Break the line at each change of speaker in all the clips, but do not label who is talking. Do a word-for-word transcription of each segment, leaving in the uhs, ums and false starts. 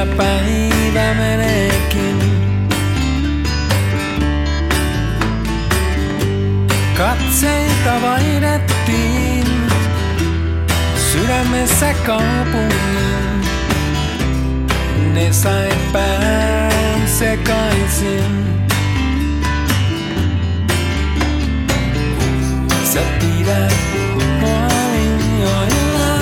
päivä meneekin. Katseita vaihdettiin sydämessä kaupungin. Ne sai pään sekaisin. Sä pidät mua linjoilla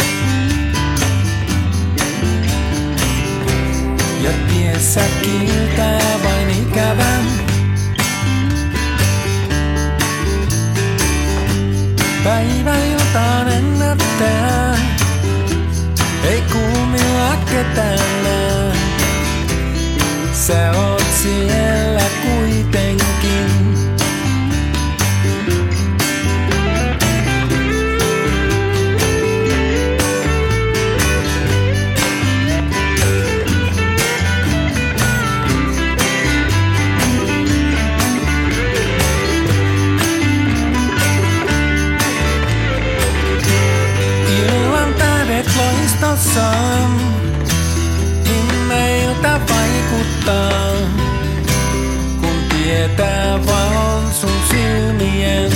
ja tiessä kiiltää vain ikävän. Päivä iltaan ennättää, ei kuumilla ketään näe. Sä oot siellä kuitenkin. Loistossaan himmeiltä vaikuttaa, kun tietää valon sun silmien.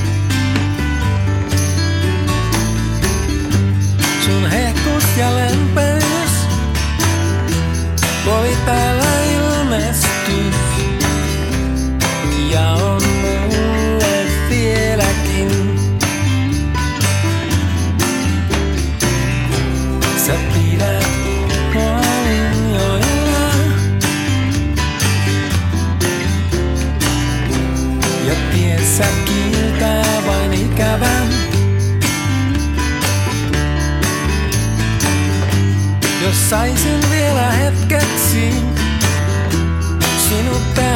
Sun hehkus ja lempeys voi täällä ilmestys ja on mulle vieläkin. Sä pidät mua linjoilla ja tiessä kiiltää vain ikävän. Jos saisin vielä hetkeksi sinut